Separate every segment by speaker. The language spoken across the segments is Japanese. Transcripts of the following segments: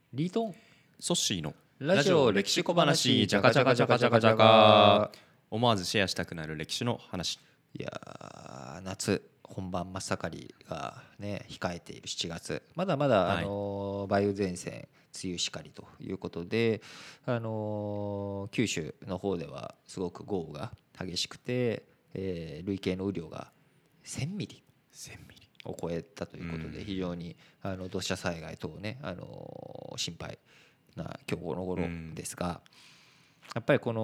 Speaker 1: リートン
Speaker 2: ソッシーの
Speaker 1: ラジオ歴史小話
Speaker 2: ジャカジャカジャカジャカジャカ。思わずシェアしたくなる歴史の話。
Speaker 1: いやー、夏本番真っ盛りがね控えている7月、まだまだ、
Speaker 2: はい
Speaker 1: 梅雨前線梅雨しかりということで、九州の方ではすごく豪雨が激しくて、累計の雨量が1000ミリ
Speaker 2: 1000ミリ
Speaker 1: を超えたということで、非常に土砂災害等ね、心配な今日この頃ですが、やっぱりこ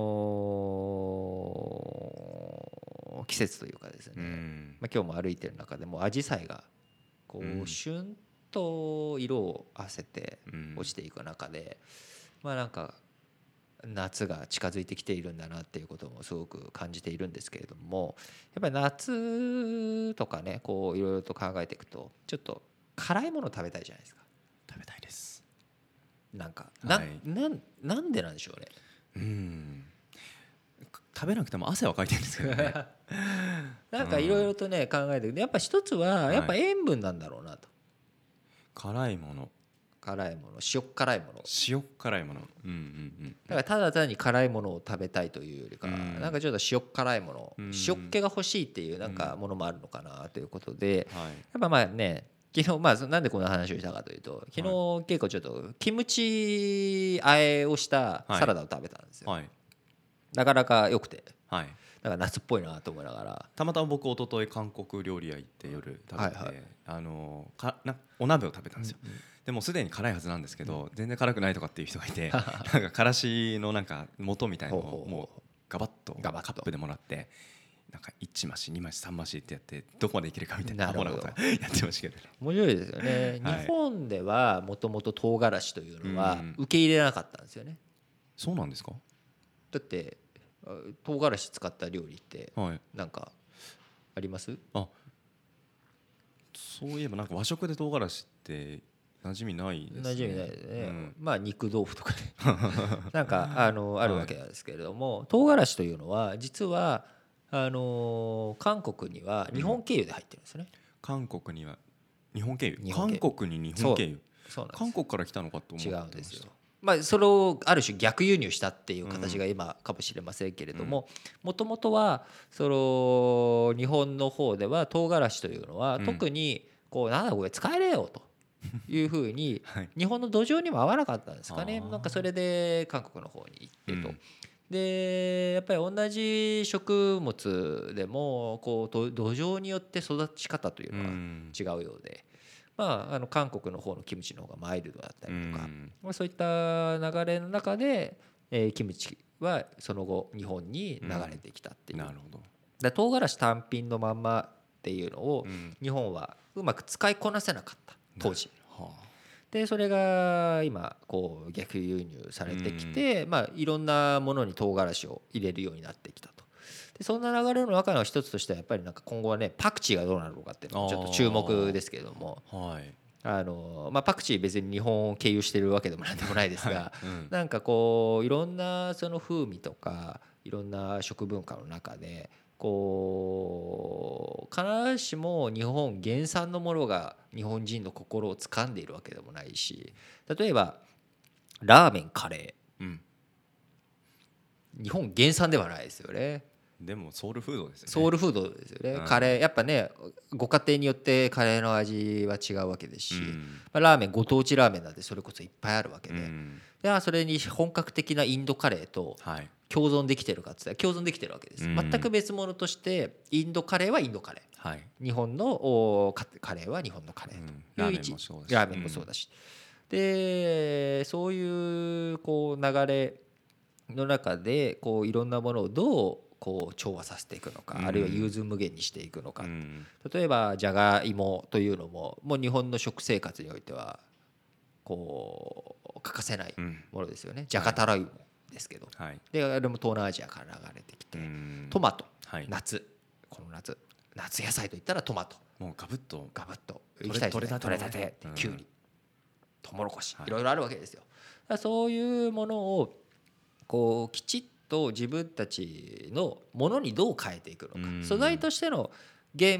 Speaker 1: の季節というかですね、まあ、今日も歩いてる中でもアジサイがこうシュンと色をあせて落ちていく中で、まあなんか夏が近づいてきているんだなっていうこともすごく感じているんですけれども、やっぱり夏とかねこういろいろと考えていくとちょっと辛いもの食べたいじゃないですか。
Speaker 2: 食べたいです。
Speaker 1: なんか
Speaker 2: なん
Speaker 1: でなんでしょうね。
Speaker 2: 食べなくても汗はかいてるんですけどね
Speaker 1: なんかいろいろとね考えてやっぱ一つはやっぱ塩分なんだろうなと。
Speaker 2: 辛いもの、
Speaker 1: 辛いもの、塩辛いもの、
Speaker 2: 塩辛いもの、
Speaker 1: だからただ単に辛いものを食べたいというよりかなんかちょっと塩辛いもの、塩っ気が欲しいっていうなんかものもあるのかなということで、やっぱまあね昨日なんでこんな話をしたかというと、昨日結構ちょっとキムチ和えをしたサラダを食べたんですよ。なかなか良くて、だから夏っぽいなと思いながら、
Speaker 2: たまたま僕一昨日韓国料理屋行って夜食べて、お鍋を食べたんですよ。でもすでに辛いはずなんですけど、全然辛くないとかっていう人がいてなんかからしのなんか元みたいなのをもうガバッとカップでもらって、なんか1増し2増し3増しってやってどこまでいけるかみたいなことやってましたけど、
Speaker 1: 面白いですよね。日本ではもともと唐辛子というのは受け入れなかったんですよね。
Speaker 2: そうなんですか？
Speaker 1: だって唐辛子使った料理ってなんかあります？
Speaker 2: そういえばなんか和食で唐辛子って馴染みないですね。
Speaker 1: 馴染みないですね。まあ肉豆腐とかねなんかあるわけなんですけれども、唐辛子というのは実は韓国には日本経由で入ってるんですよね。
Speaker 2: 韓国には日本経由。韓国に日本経由。韓国から来たのかと思ってました。
Speaker 1: 違うんですよ。まあそれをある種逆輸入したっていう形が今かもしれませんけれども、もともとはその日本の方では唐辛子というのは特にこうなんだこれ使えねえよというふうに日本の土壌にも合わなかったんですかね。なんかそれで韓国の方に行ってと。でやっぱり同じ植物でもこう土壌によって育ち方というのは違うようで、韓国の方のキムチの方がマイルドだったりとか、そういった流れの中で、キムチはその後日本に流れてきたっていう。
Speaker 2: なるほど。
Speaker 1: だ唐辛子単品のまんまっていうのを日本はうまく使いこなせなかった当時。でそれが今こう逆輸入されてきて、いろんなものに唐辛子を入れるようになってきたと。でそんな流れの中の一つとしてはやっぱりなんか今後はねパクチーがどうなるのかっていうのもちょっと注目ですけれども、パクチー別に日本を経由してるわけでもなんでもないですが、なんかこういろんなその風味とかいろんな食文化の中でこう必ずしも日本原産のものが日本人の心を掴んでいるわけでもないし、例えばラーメンカレー、日本原産ではないですよね。
Speaker 2: でもソウルフードですよね。
Speaker 1: ソウルフードですよね。カレーやっぱねご家庭によってカレーの味は違うわけですし、ラーメンご当地ラーメンなんてそれこそいっぱいあるわけで、それに本格的なインドカレーと共存できてるかって言ったら共存できてるわけです。全く別物としてインドカレーはインドカレー、日本のカレーは日本のカレーという位置、ラーメンもそうだし、でそういうこう流れの中でこういろんなものをどうこう調和させていくのか、あるいは融通無限にしていくのか、例えばじゃがいもというのももう日本の食生活においてはこう欠かせないものですよね。じゃがたらいもですけど、であれも東南アジアから流れてきて、トマト、夏この夏野菜といったらトマト、
Speaker 2: もうガブッと
Speaker 1: いきたいですね。取れたて、きゅうり、トウモロコシ、いろいろあるわけですよ。そういうものをこうきちっと自分たちのものにどう変えていくのか、素材としての原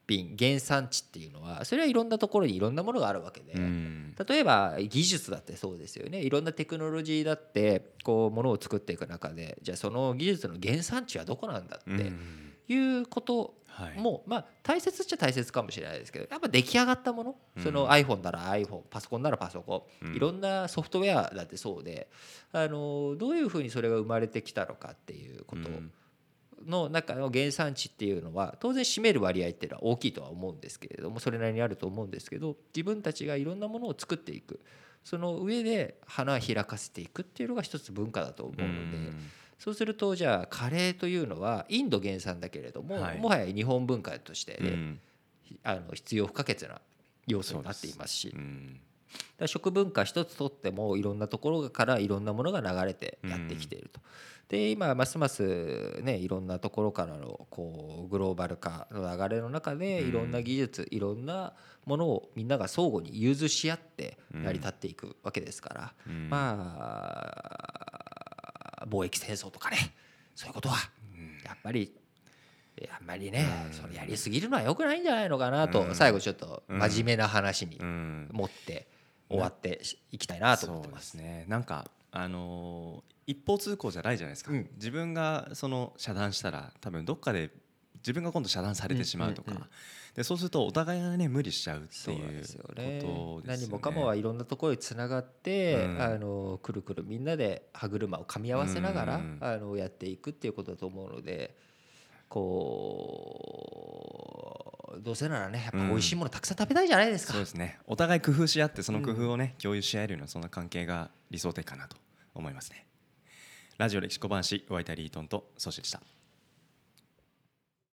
Speaker 1: 品原産地っていうのはそれはいろんなところにいろんなものがあるわけで、例えば技術だってそうですよね。いろんなテクノロジーだってこうものを作っていく中で、じゃあその技術の原産地はどこなんだっていうこともまあ大切っちゃ大切かもしれないですけど、やっぱ出来上がったもの、その iPhone なら iPhone、パソコンならパソコン、いろんなソフトウェアだってそうで、どういうふうにそれが生まれてきたのかっていうことの中の原産地っていうのは当然占める割合っていうのは大きいとは思うんですけれども、それなりにあると思うんですけど、自分たちがいろんなものを作っていく、その上で花を開かせていくっていうのが一つ文化だと思うので、そうするとじゃあカレーというのはインド原産だけれども、もはや日本文化としてね、必要不可欠な要素になっていますし、食文化一つとってもいろんなところからいろんなものが流れてやってきていると。で今ますますね、いろんなところからのこうグローバル化の流れの中でいろんな技術、いろんなものをみんなが相互に融通し合って成り立っていくわけですから、まあ貿易戦争とかね、そういうことはやっぱりあんまりね、それやりすぎるのは良くないんじゃないのかなと、最後ちょっと真面目な話に持って終わっていきたいなと思ってます。
Speaker 2: そうですね。なんか一方通行じゃないじゃないですか。自分がその遮断したら多分どっかで自分が今度遮断されてしまうとか、でそうするとお互いがね無理しちゃうっていうことですよね。
Speaker 1: 何もかもはいろんなところにつながって、くるくるみんなで歯車を噛み合わせながらやっていくっていうことだと思うので、こうどうせならね、やっぱ美味しいものたくさん食べたいじゃないですか。
Speaker 2: そうですね。お互い工夫し合ってその工夫をね、共有し合えるようなそんな関係が理想的かなと思いますね。ラジオ歴史小話、お相手はリートンとソシでした。